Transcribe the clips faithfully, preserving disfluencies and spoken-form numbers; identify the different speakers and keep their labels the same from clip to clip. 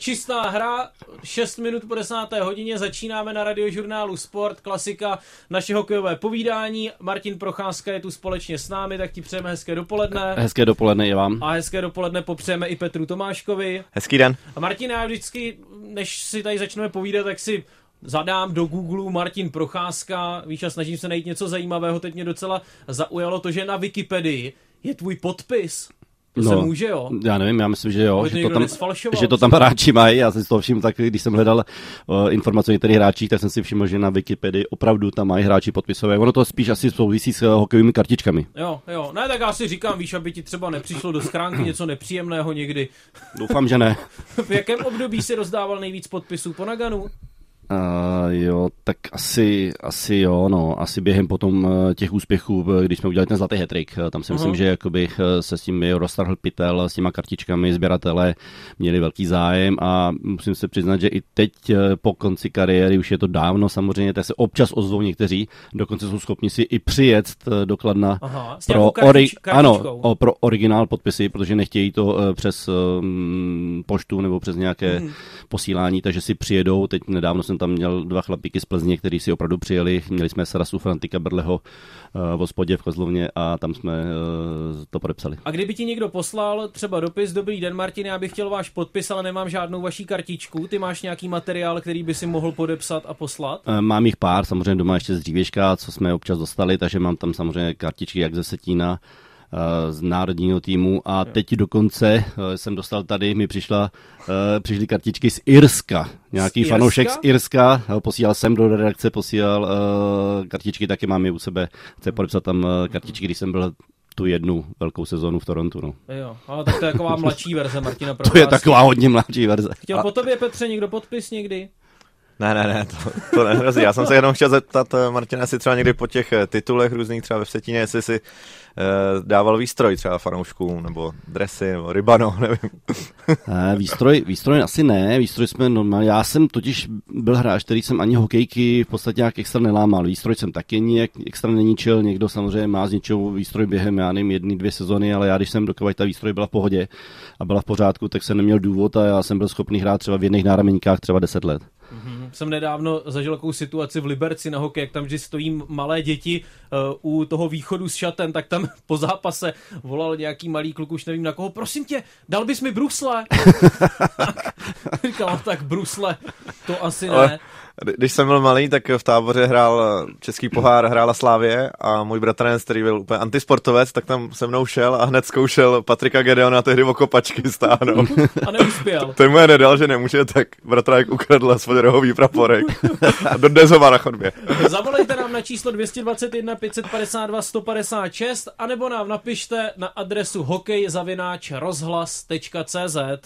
Speaker 1: Čistá hra, šest minut po desáté hodině, začínáme na radiožurnálu Sport, klasika naše hokejové povídání. Martin Procházka je tu společně s námi, tak ti přejeme hezké dopoledne.
Speaker 2: Hezké dopoledne i vám.
Speaker 1: A hezké dopoledne popřejeme i Petru Tomáškovi.
Speaker 3: Hezký den.
Speaker 1: A Martin, já vždycky, než si tady začneme povídat, tak si zadám do Google Martin Procházka, víš, a snažím se najít něco zajímavého. Teď mě docela zaujalo to, že na Wikipedii je tvůj podpis. To no, se může, jo?
Speaker 2: Já nevím, já myslím, že jo,
Speaker 1: to
Speaker 2: že to, tam, že to
Speaker 1: třeba.
Speaker 2: tam hráči mají. Já jsem si toho všiml tak, když jsem hledal uh, informace o některých hráčích, tak jsem si všiml, že na Wikipedii opravdu tam mají hráči podpisové. Ono to spíš asi souvisí s uh, hokejovými kartičkami.
Speaker 1: Jo, jo, ne, tak já si říkám, víš, aby ti třeba nepřišlo do schránky něco nepříjemného někdy.
Speaker 2: Doufám, že ne.
Speaker 1: V jakém období si rozdával nejvíc podpisů po Naganu?
Speaker 2: Uh, jo, tak asi, asi jo, no, asi během potom uh, těch úspěchů, když jsme udělali ten zlatý hat-trick, uh, tam si myslím, uh-huh. že jakoby uh, se s tím roztrhl pytel, s těma kartičkami, sběratele měli velký zájem a musím se přiznat, že i teď uh, po konci kariéry, už je to dávno samozřejmě, tak se občas ozvou někteří, dokonce jsou schopni si i přijet uh, do Kladna
Speaker 1: Aha,
Speaker 2: pro,
Speaker 1: kartič,
Speaker 2: ori- ano, o, pro originál podpisy, protože nechtějí to uh, přes um, poštu nebo přes nějaké uh-huh. posílání, takže si přijedou, teď nedávno jsem tam měl dva chlapíky z Plzně, kteří si opravdu přijeli. Měli jsme Sarasu Frantika Brleho uh, v hospodě v Kozlovně a tam jsme uh, to podepsali.
Speaker 1: A kdyby ti někdo poslal třeba dopis, dobrý den Martin, já bych chtěl váš podpis, ale nemám žádnou vaší kartičku, ty máš nějaký materiál, který by si mohl podepsat a poslat?
Speaker 2: Uh, mám jich pár, samozřejmě doma ještě z dřívěžka, co jsme občas dostali, takže mám tam samozřejmě kartičky jak ze Setína, z národního týmu a teď dokonce jsem dostal tady, mi přišla, přišly kartičky z Irska. Nějaký z fanoušek z Irska, posílal jsem do redakce, posílal kartičky, taky mám je u sebe, chce podepsat tam kartičky, když jsem byl tu jednu velkou sezónu v Torontu. No.
Speaker 1: Jo, ale tak to je taková mladší verze Martina Procházky.
Speaker 2: To je taková hodně mladší verze.
Speaker 1: Chtěl a... po tobě, Petře, někdo podpis někdy?
Speaker 3: Ne, ne, ne, to, to nehrozí. Já jsem se jenom chtěl zeptat, Martina, jestli třeba někdy po těch titulech různých třeba ve Vsetíně, jestli si eh, dával výstroj třeba fanouškům, nebo dresy, nebo rybano, nevím.
Speaker 2: Ne, výstroj, výstroj asi ne, výstroj jsme normálně, já jsem totiž byl hráč, který jsem ani hokejky v podstatě nějak extra nelámal, výstroj jsem taky nijak extra neničil, někdo samozřejmě má zničil výstroj během, já nevím, jedny, dvě sezony, ale já když jsem dokud ta výstroj byla v pohodě a byla v pořádku, tak jsem neměl důvod a já jsem byl schopný hrát třeba v jedných náramníkách třeba deset let.
Speaker 1: Mm-hmm. Jsem nedávno zažil takovou situaci v Liberci na hokej, jak tam vždy stojí malé děti uh, u toho východu s šatem, tak tam po zápase volal nějaký malý kluk, už nevím na koho, prosím tě, dal bys mi brusle? Říkal, tak brusle, to asi ne. Ale
Speaker 3: když jsem byl malý, tak v Táboře hrál český pohár, hrála Slávie a můj bratranec, který byl úplně antisportovec, tak tam se mnou šel a hned zkoušel Patrika Gedeona tehdy o kopačky stáhnout.
Speaker 1: A neuspěl.
Speaker 3: Ten mu je nedal, že nemůže, tak bratranek ukradl svůj rohový praporek a dodezova na chodbě.
Speaker 1: Zavolejte nám na číslo dvě stě dvacet jedna pět set padesát dva sto padesát šest anebo nám napište na adresu hokej zavináč rozhlas tečka cé zet.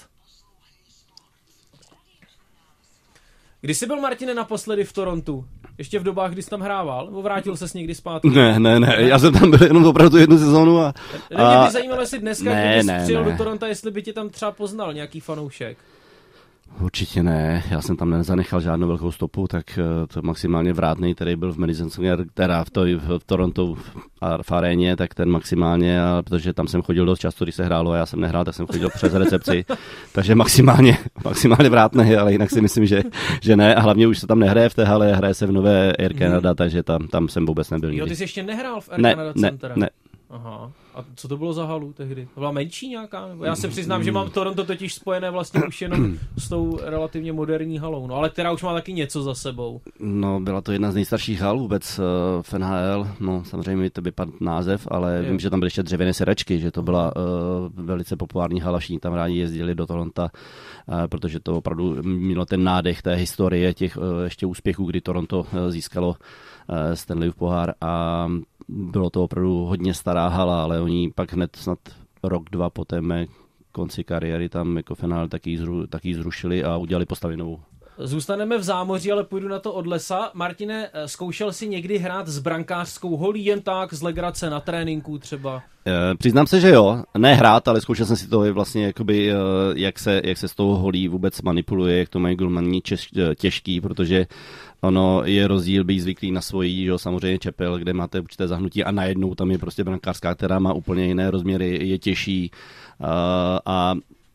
Speaker 1: Kdy jsi byl, Martine, naposledy v Torontu? Ještě v dobách, kdy jsi tam hrával? Nebo vrátil ses někdy zpátky?
Speaker 2: Ne, ne, ne, já jsem tam byl jenom opravdu jednu sezónu a...
Speaker 1: a... Mě by zajímalo, jestli dneska,
Speaker 2: ne,
Speaker 1: kdyby jsi
Speaker 2: ne,
Speaker 1: přijel
Speaker 2: ne.
Speaker 1: do Toronto, jestli by tě tam třeba poznal nějaký fanoušek.
Speaker 2: Určitě ne, já jsem tam nezanechal žádnou velkou stopu, tak to maximálně Vrátnej, který byl v Madison Square, teda v, to, v Toronto a v aréně, tak ten maximálně, a protože tam jsem chodil dost často, když se hrálo a já jsem nehrál, tak jsem chodil přes recepci, takže maximálně, maximálně Vrátnej, ale jinak si myslím, že, že ne a hlavně už se tam nehraje v té hale, hraje se v nové Air Canada, hmm. takže tam, tam jsem vůbec nebyl nikdy.
Speaker 1: Jo, ty jsi ještě nehrál v Air
Speaker 2: ne,
Speaker 1: Canada
Speaker 2: ne,
Speaker 1: Center?
Speaker 2: Ne,
Speaker 1: Aha. A co to bylo za halu tehdy? To byla menší nějaká? Já se přiznám, že mám Toronto totiž spojené vlastně už jenom s tou relativně moderní halou, no ale která už má taky něco za sebou.
Speaker 2: No, byla to jedna z nejstarších hal vůbec v N H L, no samozřejmě mi to vypadl název, ale je. Vím, že tam byly ještě dřevěné sedačky, že to byla uh, velice populární hala, všichni tam rádi jezdili do Toronto, uh, protože to opravdu mělo ten nádech té historie těch uh, ještě úspěchů, kdy Toronto uh, získalo uh, Stanleyův pohár a bylo to opravdu hodně stará hala, ale oni pak hned snad rok, dva po té mé konci kariéry tam jako finál taky, zru, taky zrušili a udělali postavy novou.
Speaker 1: Zůstaneme v zámoří, ale půjdu na to od lesa. Martine, zkoušel jsi někdy hrát s brankářskou holí jen tak z legrace na tréninku třeba?
Speaker 2: E, přiznám se, že jo. Ne hrát, ale zkoušel jsem si to vlastně, jakoby, jak, se, jak se s tou holí vůbec manipuluje, jak to mají golmani těžký, protože ono je rozdíl být zvyklý na svoji, jo, samozřejmě čepel, kde máte určité zahnutí a najednou tam je prostě brankářská, která má úplně jiné rozměry, je těžší uh, a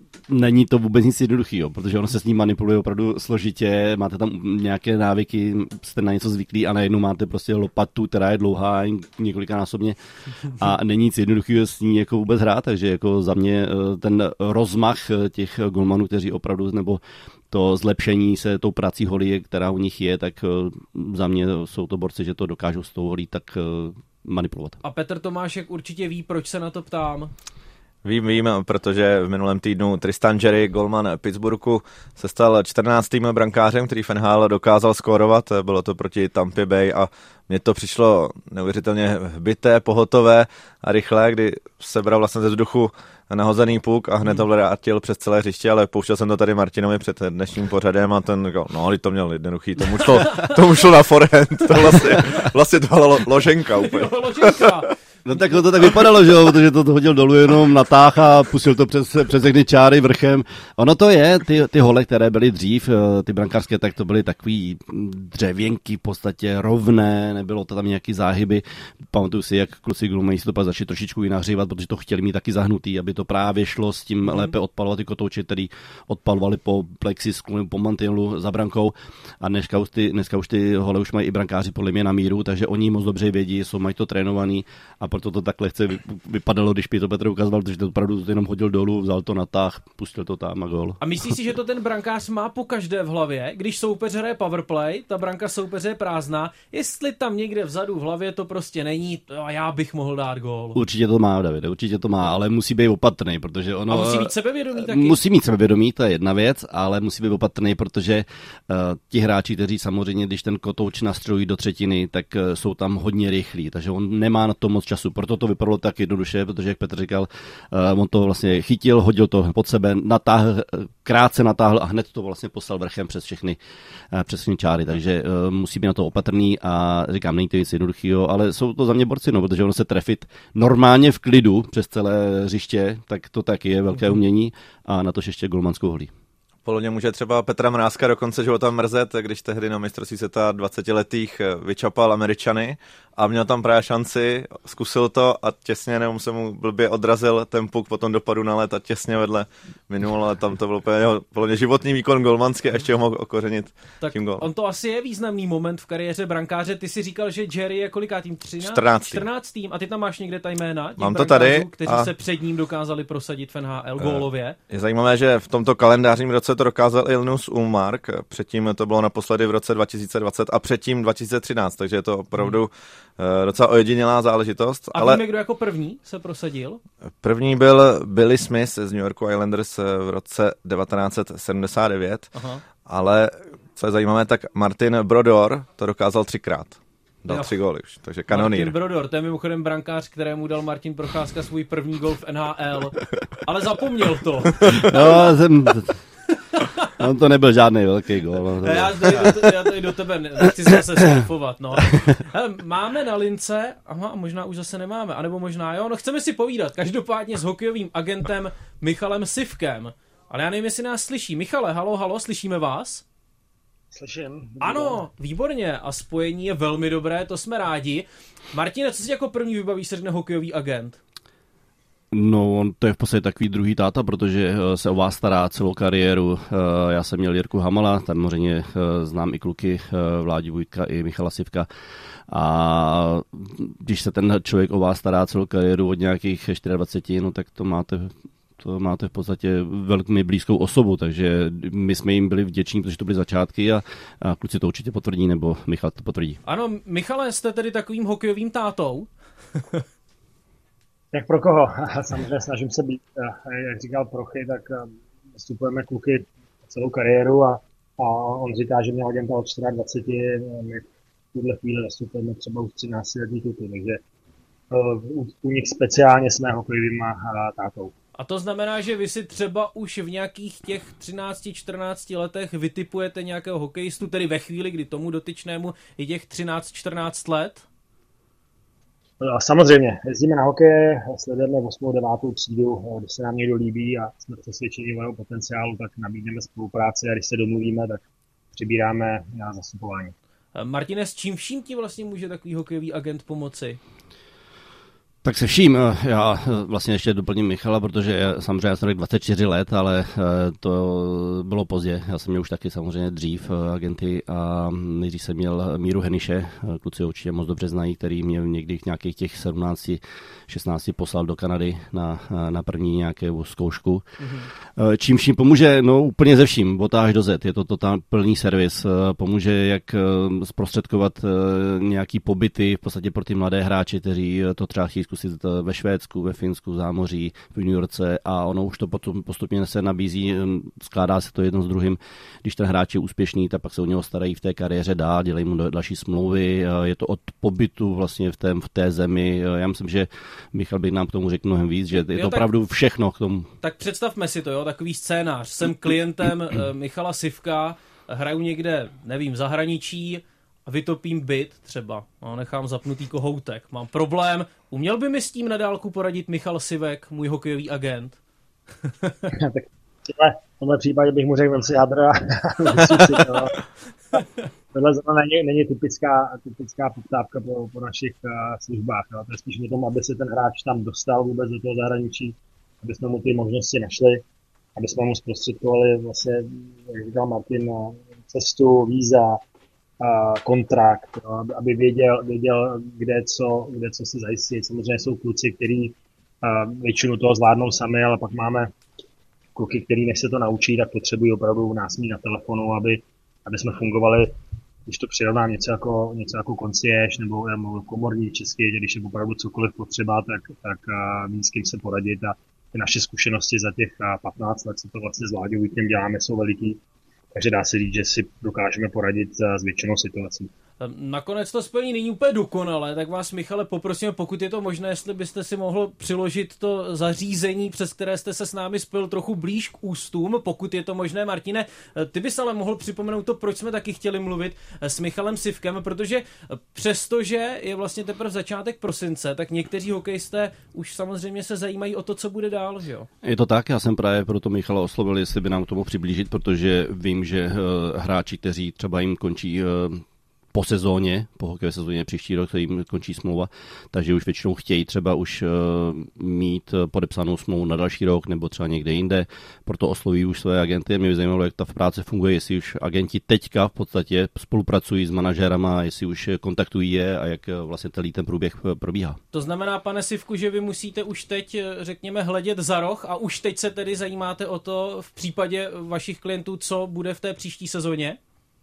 Speaker 2: není to vůbec nic jednoduchého, protože ono se s ním manipuluje opravdu složitě, máte tam nějaké návyky, jste na něco zvyklí a najednou máte prostě lopatu, která je dlouhá několikanásobně a není nic jednoduchého s ní jako vůbec hrát, takže jako za mě ten rozmach těch golmanů, kteří opravdu, nebo to zlepšení se tou prací holí, která u nich je, tak za mě jsou to borci, že to dokážou s tou holí tak manipulovat.
Speaker 1: A Petr Tomášek určitě ví, proč se na to ptám.
Speaker 3: Vím, vím, protože v minulém týdnu Tristan Jarry, golman Pittsburghu, se stal čtrnáctým brankářem, který v N H L dokázal skórovat. Bylo to proti Tampa Bay a mně to přišlo neuvěřitelně hbité, pohotové a rychlé, kdy sebral vlastně ze vzduchu nahozený puk a hned to vrátil přes celé hřiště, ale pouštěl jsem to tady Martinovi před dnešním pořadem a ten, no, to měl jednoduchý, tomu šlo, tomu šlo na forehand, to vlastně, vlastně to byla lo, loženka úplně.
Speaker 1: Jo, loženka.
Speaker 2: No tak to tak vypadalo, že jo, protože to hodil dolů jenom natáh a pustil to přes, přes všechny čáry vrchem. Ono to je, ty, ty hole, které byly dřív, ty brankářské, tak to byly takový dřevěnky v podstatě rovné, nebylo to tam nějaký záhyby. Pamatuju si, jak kluci Glumej si to pak začali trošičku i nahřívat, protože to chtěli mít taky zahnutý, aby to právě šlo s tím mm. lépe odpalovat ty kotouči, který odpalovali po plexisku nebo po mantinelu za brankou. A dneska už ty, dneska už ty hole už mají i brankáři podle mě na míru, takže oni moc dobře vědí, jsou, mají to trénovaný. A proto to tak lehce vypadalo, když mi to Petr ukazoval, protože to opravdu jenom hodil dolů, vzal to na táh, pustil to tam a gól.
Speaker 1: A myslíš si, že to ten brankář má po každé v hlavě, když soupeř hraje powerplay, ta branka soupeře je prázdná, jestli tam někde vzadu v hlavě to prostě není, to a já bych mohl dát gól.
Speaker 2: Určitě to má, Davide, určitě to má, ale musí být opatrný, protože ono...
Speaker 1: A musí mít sebevědomí taky?
Speaker 2: Musí mít sebevědomí, to je jedna věc, ale musí být opatrný, protože uh, ti hráči, kteří samozřejmě, když ten kotouč nastřelují do třetiny, tak uh, jsou tam hodně rychlí, takže on nemá na to moc času. Proto to vypadalo tak jednoduše, protože jak Petr říkal, uh, on to vlastně chytil, hodil to pod sebe, natáhl, krátce natáhl a hned to vlastně poslal vrchem přes všechny, uh, přes všechny čáry, takže uh, musí být na to opatrný a říkám, není to nic jednoduchého, ale jsou to za mě borci, no, protože ono se trefit normálně v klidu přes celé hřiště, tak to taky je velké umění a na to ještě golmanskou holí.
Speaker 3: Polně může třeba Petra Mrázka dokonce života mrzet, když tehdy na mistrovství světa dvacetiletých vyčapal Američany a měl tam právě šanci, zkusil to a těsně, nebo se mu blbě odrazil ten puk po tom dopadu na led a těsně vedle minul, ale tam to byl úplně životní výkon golmanský a ještě ho mohl okořenit
Speaker 1: tak
Speaker 3: tím gól.
Speaker 1: On to asi je významný moment v kariéře brankáře. Ty si říkal, že Jarry je kolikátým? čtrnáctým. A ty tam máš někde ta jména?
Speaker 3: Mám to tady.
Speaker 1: Kteří a... se před ním dokázali prosadit v N H L gólově.
Speaker 3: Je zajímavé, že v tomto kalendářním roce to dokázal i Linus Ullmark, předtím to bylo naposledy v roce dva tisíce dvacet a předtím dva tisíce třináct, takže je to opravdu hmm. docela ojedinělá záležitost.
Speaker 1: A
Speaker 3: ale
Speaker 1: víme, kdo jako první se prosadil? První
Speaker 3: byl Billy Smith z New Yorku Islanders v roce devatenáct set sedmdesát devět, Aha. ale co je zajímavé, tak Martin Brodeur to dokázal třikrát. Dal jo. tři góly už, takže kanonýr.
Speaker 1: Martin Brodeur, to je mimochodem brankář, kterému dal Martin Procházka svůj první gól v N H L, ale zapomněl to.
Speaker 2: No, jsem... On to nebyl žádný velký gól.
Speaker 1: No, já, tady do, já tady do tebe nechci se zase surfovat. No. Hele, máme na lince, aha, možná už zase nemáme, anebo možná jo, no chceme si povídat, každopádně s hokejovým agentem Michalem Sivkem. Ale já nevím, jestli nás slyší. Michale, halo, halo, slyšíme vás?
Speaker 4: Slyším.
Speaker 1: Ano, výborně a spojení je velmi dobré, to jsme rádi. Martine, co si jako první vybavíš, se řekne hokejový agent?
Speaker 2: No, on to je v podstatě takový druhý táta, protože se o vás stará celou kariéru. Já jsem měl Jirku Hamala, tam samozřejmě znám i kluky Vládi Vujtka i Michala Sivka. A když se ten člověk o vás stará celou kariéru od nějakých dvacet čtyři, no tak to máte... to máte v podstatě velmi blízkou osobu, takže my jsme jim byli vděční, protože to byly začátky a, a kluci to určitě potvrdí, nebo Michal to potvrdí.
Speaker 1: Ano, Michale, jste tedy takovým hokejovým tátou?
Speaker 4: Jak pro koho? Samozřejmě snažím se být, jak říkal Prochy, tak nastupujeme kluky celou kariéru a, a on říká, že měl agenta od dvacet čtyři, my v tuhle chvíli nastupujeme třeba už třináctiletý kluky, takže u, u nich speciálně jsme hokejovým tátou.
Speaker 1: A to znamená, že vy si třeba už v nějakých těch třinácti čtrnácti letech vytipujete nějakého hokejistu, tedy ve chvíli, kdy tomu dotyčnému je těch třináct čtrnáct let?
Speaker 4: Samozřejmě, jezdíme na hokeje, sledujeme osmou devátou třídu, když se nám někdo líbí a jsme přesvědčeni o jeho potenciálu, tak nabídneme spolupráci a když se domluvíme, tak přibíráme na zastupování.
Speaker 1: Martine, s čím vším ti vlastně může takový hokejový agent pomoci?
Speaker 2: Tak se vším, já vlastně ještě doplním Michala, protože samozřejmě já jsem řekl dvacet čtyři let, ale to bylo pozdě. Já jsem měl už taky samozřejmě dřív agenty a nejdřív jsem měl Míru Heniše, kluci určitě moc dobře znají, který mě někdy v nějakých těch sedmnácti, šestnácti poslal do Kanady na, na první nějakou zkoušku. Mm-hmm. Čímž jim pomůže, no úplně ze vším, od A až do Z. Je to totál plný servis. Pomůže jak zprostředkovat nějaký pobyty v podstatě pro ty mladé hráče, kteří to třeba chtějí zkusit ve Švédsku, ve Finsku, v zámoří, v New Yorkce a ono už to potom postupně se nabízí, skládá se to jedno s druhým. Když ten hráč je úspěšný, tak pak se o něho starají v té kariéře dál, dělají mu další smlouvy, je to od pobytu vlastně v té, v té zemi. Já myslím, že Michal by nám k tomu řekl mnohem víc, že je to jo, opravdu všechno k tomu.
Speaker 1: Tak představme si to, jo, takový scénář. Jsem klientem Michala Sivka, hraju někde, nevím, v zahraničí, a vytopím byt třeba, no, nechám zapnutý kohoutek. Mám problém, uměl by mi s tím na dálku poradit Michal Sivek, můj hokejový agent?
Speaker 4: Tak v tomhle případě bych mu řekl, vem si jádro a tohle zrovna není, není typická, typická poptávka po, po našich uh, službách. No. To je spíš o tom, aby se ten hráč tam dostal vůbec do toho zahraničí, aby jsme mu ty možnosti našli, aby jsme mu zprostředkovali vlastně, jak říkal Martin, cestu, víza, kontrakt, jo, aby věděl, věděl kde, co, kde co se zajistit. Samozřejmě jsou kluci, kteří většinu toho zvládnou sami, ale pak máme kluky, kteří než se to naučí, tak potřebují opravdu nás mít na telefonu, aby, aby jsme fungovali, když to přirovnám něco jako, něco jako concierge nebo, nebo komorní česky, že když je opravdu cokoliv potřeba, tak, tak mít s kým se poradit a ty naše zkušenosti za těch patnáct let, co to vlastně s Láďou Vítem děláme, jsou veliký. Takže dá se říct, že si dokážeme poradit s většinou situací.
Speaker 1: Nakonec to spojení není úplně dokonalé, tak vás, Michale, poprosím, pokud je to možné, jestli byste si mohl přiložit to zařízení, přes které jste se s námi spojil, trochu blíž k ústům, pokud je to možné. Martine, ty bys ale mohl připomenout to, proč jsme taky chtěli mluvit s Michalem Sivkem, protože přestože je vlastně teprve začátek prosince, tak někteří hokejisté už samozřejmě se zajímají o to, co bude dál, že jo?
Speaker 2: Je to tak, já jsem právě proto Michala oslovil, jestli by nám k tomu přiblížit, protože vím, že hráči, kteří třeba jim končí po sezóně, po hokejové sezóně příští rok, jim končí smlouva, takže už většinou chtějí třeba už uh, mít podepsanou smlouvu na další rok nebo třeba někde jinde, proto osloví už své agenty. Mě by zajímalo, jak ta práce funguje, jestli už agenti teďka v podstatě spolupracují s manažérama, jestli už kontaktují je a jak vlastně celý ten průběh probíhá.
Speaker 1: To znamená, pane Sivku, že vy musíte už teď, řekněme, hledět za roh a už teď se tedy zajímáte o to v případě vašich klientů, co bude v té příští sezóně?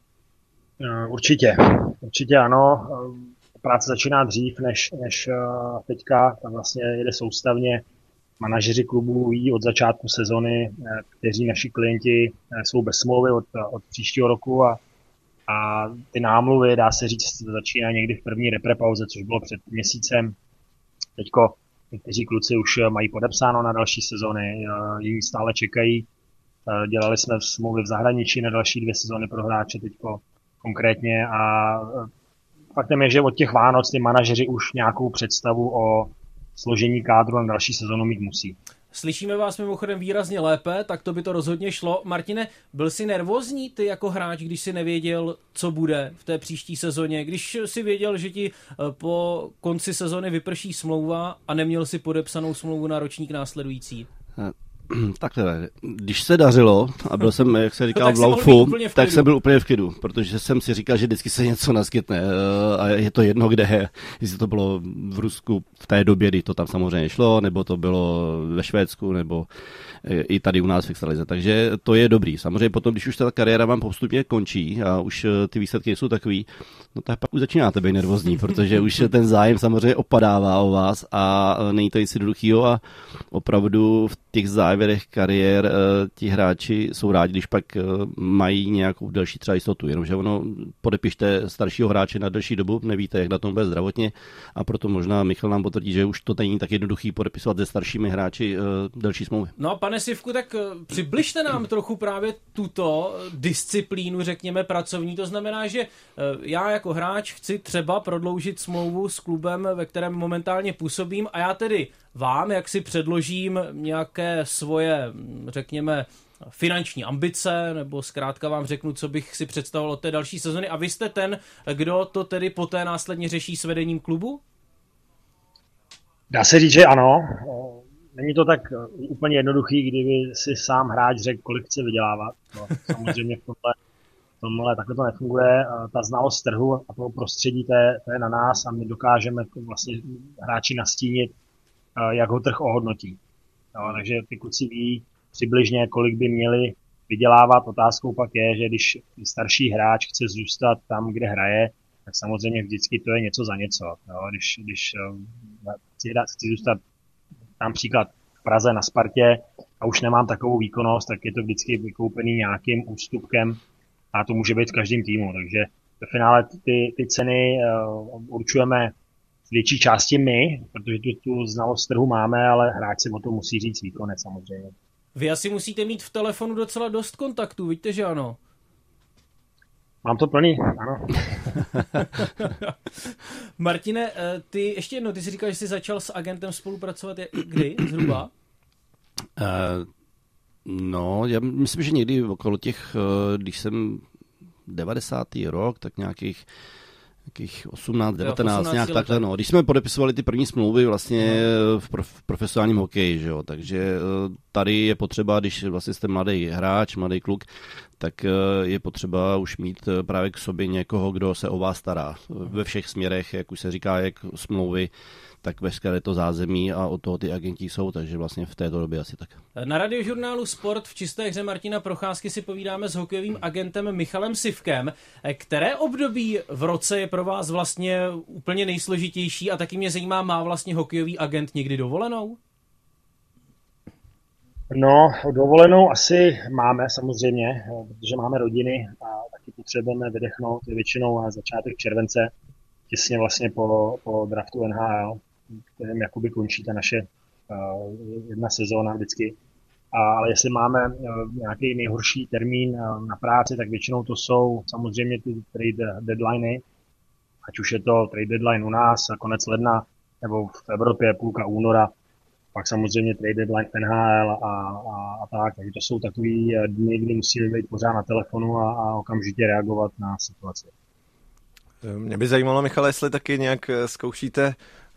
Speaker 4: Určitě, určitě ano. Práce začíná dřív než, než teďka, tam vlastně jede soustavně. Manažeři klubů ví od začátku sezony, kteří naši klienti jsou bez smlouvy od, od příštího roku a, a ty námluvy, dá se říct, začíná někdy v první reprepauze, což bylo před měsícem. Teďko někteří kluci už mají podepsáno na další sezony, jiní stále čekají. Dělali jsme smlouvy v zahraničí na další dvě sezony pro hráče teďko konkrétně a faktem je, že od těch Vánoc ty manažeři už nějakou představu o složení kádru na další sezonu mít musí.
Speaker 1: Slyšíme vás mimochodem výrazně lépe, tak to by to rozhodně šlo. Martine, byl jsi nervózní ty jako hráč, když jsi nevěděl, co bude v té příští sezóně, když jsi věděl, že ti po konci sezony vyprší smlouva a neměl si podepsanou smlouvu na ročník následující?
Speaker 2: Takhle, když se dařilo a byl jsem, jak se říká, no, v laufu, tak jsem byl úplně v klidu, protože jsem si říkal, že vždycky se něco naskytne a je to jedno, kde je, jestli to bylo v Rusku v té době, kdy to tam samozřejmě šlo, nebo to bylo ve Švédsku, nebo i tady u nás v extralize, takže to je dobrý. Samozřejmě potom, když už ta kariéra vám postupně končí a už ty výsledky jsou takový, no tak pak už začínáte být nervózní, protože už ten zájem samozřejmě opadává o vás a není to nic jednoduchého a opravdu v těch závěrech kariér ti hráči jsou rádi, když pak mají nějakou delší třeba jistotu, jenomže ono podepište staršího hráče na delší dobu, nevíte, jak na tom bude zdravotně a proto možná Michal nám potvrdí, že už to není tak jednoduchý podepisovat se staršími hráči delší smlouvy.
Speaker 1: No, pane Sivku, tak přibližte nám trochu právě tuto disciplínu, řekněme, pracovní. To znamená, že já jako hráč chci třeba prodloužit smlouvu s klubem, ve kterém momentálně působím a já tedy vám, jak si předložím nějaké svoje, řekněme, finanční ambice, nebo zkrátka vám řeknu, co bych si představoval od té další sezony a vy jste ten, kdo to tedy poté následně řeší s vedením klubu?
Speaker 4: Dá se říct, že ano. Není to tak úplně jednoduchý, kdyby si sám hráč řekl, kolik chce vydělávat. No, samozřejmě v tomhle, v tomhle takhle to nefunguje. Ta znalost trhu a toho prostředí, to je, to je na nás a my dokážeme vlastně hráči nastínit, jak ho trh ohodnotí. No, takže ty kluci ví přibližně, kolik by měli vydělávat. Otázkou pak je, že když starší hráč chce zůstat tam, kde hraje, tak samozřejmě vždycky to je něco za něco. Jo. Když, když chci, chci zůstat tam příklad v Praze na Spartě a už nemám takovou výkonnost, tak je to vždycky vykoupený nějakým ústupkem a to může být v každém týmu. Takže ve finále ty, ty ceny uh, určujeme v větší části my, protože tu, tu znalost trhu máme, ale hráč si o tom musí říct výkonec samozřejmě.
Speaker 1: Vy asi musíte mít v telefonu docela dost kontaktů, víte, že ano?
Speaker 4: Mám to plný, ano.
Speaker 1: Martine, ty ještě jednou, ty jsi říkal, že jsi začal s agentem spolupracovat kdy zhruba?
Speaker 2: Uh, no, já myslím, že někdy okolo těch, když jsem devadesátý rok, tak nějakých nějakých osmnáct, devatenáct, nějak takhle, no. Když jsme podepisovali ty první smlouvy vlastně no. v, prof, v profesionálním hokeji, že jo, takže tady je potřeba, když vlastně jste mladý hráč, mladý kluk, tak je potřeba už mít právě k sobě někoho, kdo se o vás stará. Ve všech směrech, jak už se říká, jak smlouvy, tak veškeré to zázemí a od toho ty agenti jsou, takže vlastně v této době asi tak.
Speaker 1: Na radiožurnálu Sport v čisté hře Martina Procházky si povídáme s hokejovým agentem Michalem Sivkem. Které období v roce je pro vás vlastně úplně nejsložitější a taky mě zajímá, má vlastně hokejový agent někdy dovolenou?
Speaker 4: No, dovolenou asi máme samozřejmě, protože máme rodiny a taky potřebujeme vydechnout většinou na začátek července, těsně vlastně po, po draftu N H L, kterým jakoby končí ta naše uh, jedna sezóna vždycky. A, ale jestli máme uh, nějaký nejhorší termín uh, na práci, tak většinou to jsou samozřejmě ty trade deadliny, ať už je to trade deadline u nás, konec ledna, nebo v Evropě půlka února, pak samozřejmě trade deadline v N H L a, a, a tak. Takže to jsou takový dny, kdy musíme být pořád na telefonu a, a okamžitě reagovat na situaci.
Speaker 3: Mě by zajímalo, Michale, jestli taky nějak zkoušíte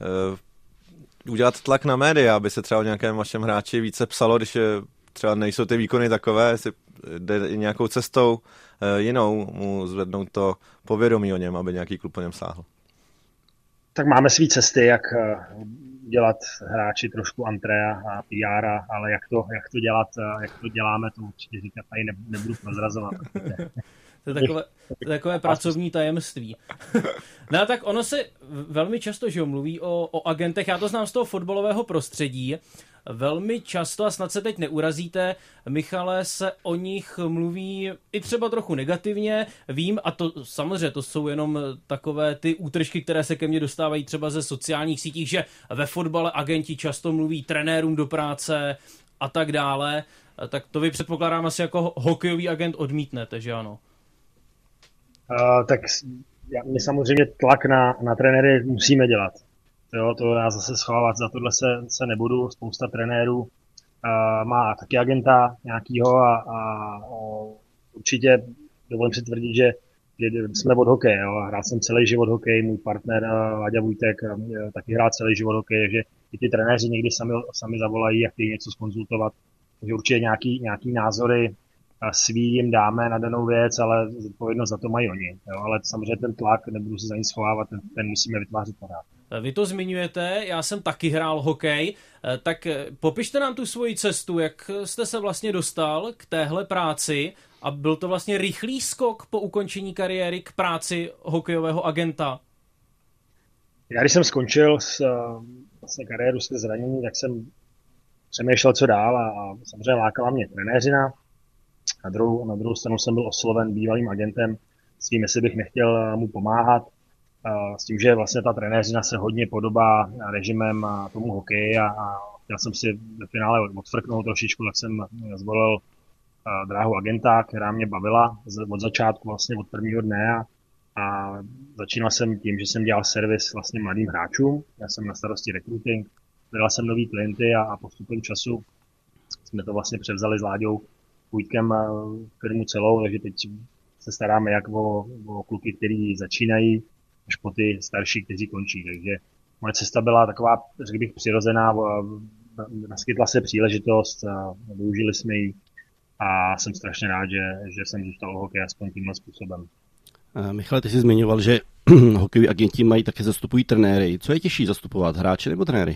Speaker 3: uh, udělat tlak na média, aby se třeba o nějakém vašem hráči více psalo, když třeba nejsou ty výkony takové, jestli jde nějakou cestou uh, jinou mu zvednout to povědomí o něm, aby nějaký klub o něm sáhl.
Speaker 4: Tak máme svý cesty, jak dělat hráči trošku antré a P R, ale jak to, jak to dělat, jak to děláme, to určitě říkat tady nebudu prozrazovat.
Speaker 1: To je takové, to je takové pracovní tajemství. No a tak ono se velmi často, že mluví o, o agentech, já to znám z toho fotbalového prostředí, velmi často, a snad se teď neurazíte, Michale, se o nich mluví i třeba trochu negativně, vím, a to samozřejmě to jsou jenom takové ty útržky, které se ke mně dostávají třeba ze sociálních sítích, že ve fotbale agenti často mluví trenérům do práce a tak dále, tak to vy předpokládám asi jako hokejový agent odmítnete, že ano?
Speaker 4: Uh, tak my samozřejmě tlak na, na trenéry musíme dělat. Jo, to já zase schovávat, za tohle se, se nebudu. Spousta trenérů uh, má taky agenta nějakýho a, a, a určitě dovolím si tvrdit, že, že jsme od hokeje. Jo. Hrál jsem celý život hokej, můj partner Láďa Vujtek taky hrál celý život hokej, že i ty trenéři někdy sami, sami zavolají a chtějí něco zkonzultovat. Takže určitě nějaký, nějaký názory svý jim dáme na danou věc, ale zodpovědnost za to mají oni. Jo. Ale samozřejmě ten tlak, nebudu se za nic schovávat, ten, ten musíme vytvářet pořád.
Speaker 1: Vy to zmiňujete, já jsem taky hrál hokej, tak popište nám tu svoji cestu, jak jste se vlastně dostal k téhle práci a byl to vlastně rychlý skok po ukončení kariéry k práci hokejového agenta?
Speaker 4: Já když jsem skončil s, vlastně kariéru se zranění, tak jsem přemýšlel, co dál a, a samozřejmě lákala mě trenéřina. Na druhou, na druhou stranu jsem byl osloven bývalým agentem s tím, jestli bych nechtěl mu pomáhat. S tím, že vlastně ta trenéřina se hodně podobá režimem tomu hokeji a, a chtěl jsem si ve finále odfrknout trošičku, tak jsem zvolil dráhu agenta, která mě bavila od začátku, vlastně od prvního dne a, a začínal jsem tím, že jsem dělal servis vlastně mladým hráčům. Já jsem na starosti recruiting, dělal jsem nový klienty a, a postupem času jsme to vlastně převzali s Láďou Vujtkem firmu celou, takže teď se staráme jak o, o kluky, kteří začínají, až po ty starší, kteří končí. Takže moje cesta byla taková, řekl bych, přirozená, naskytla se příležitost, využili jsme ji a jsem strašně rád, že, že jsem zůstal u hokeje aspoň tímhle způsobem.
Speaker 2: Michale, ty jsi zmiňoval, že hokejoví agenti mají také zastupují trenéry. Co je těžší zastupovat, hráče nebo trenéry?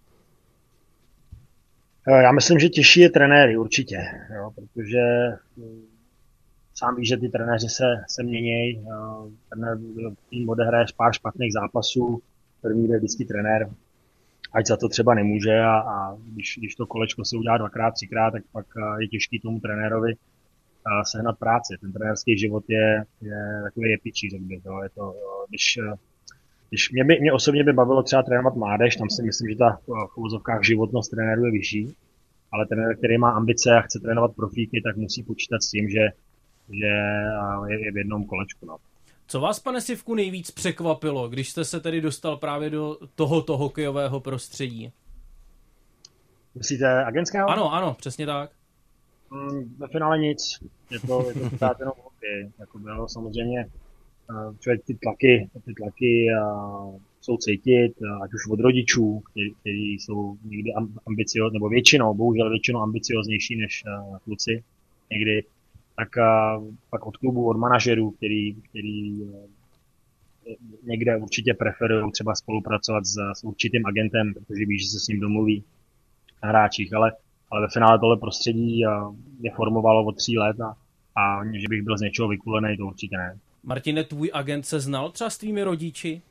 Speaker 4: Já myslím, že těžší je trenéry určitě, jo, protože sám víš, že ty trenéři se, se měnějí. Trenér tým odehraje pár špatných zápasů, první jde vždycky trenér, ať za to třeba nemůže a, a když, když to kolečko se udělá dvakrát, třikrát, tak pak je těžký tomu trenérovi sehnat práci. Ten trenérský život je, je takový jepičí, řekl bych. Jo. Je to, když, když mě, by, mě osobně by bavilo třeba trénovat mládež, tam si myslím, že ta v uvozovkách životnost trenérů je vyšší, ale trenér, který má ambice a chce trénovat profíky, tak musí počítat s tím, že, že je, je v jednom kolečku. No.
Speaker 1: Co vás, pane Sivku, nejvíc překvapilo, když jste se tedy dostal právě do tohoto hokejového prostředí?
Speaker 4: Myslíte agentského?
Speaker 1: Ano, ano, přesně tak.
Speaker 4: Mm, ve finále nic. Je to, je to pořád jenom hokej. Jako bylo samozřejmě člověk ty tlaky, ty tlaky uh, jsou cítit, uh, ať už od rodičů, kteří, kteří jsou někdy ambiciozní, nebo většinou, bohužel většinou ambicioznější než uh, kluci někdy, tak uh, pak od klubu, od manažerů, který, který uh, někde určitě preferují třeba spolupracovat s, s určitým agentem, protože ví, že se s ním domluví na hráčích, ale, ale ve finále tohle prostředí uh, mě formovalo od tří let a, a že bych byl z něčeho vykulený, to určitě ne.
Speaker 1: Martine, tvůj agent se znal třeba s tvými rodiči?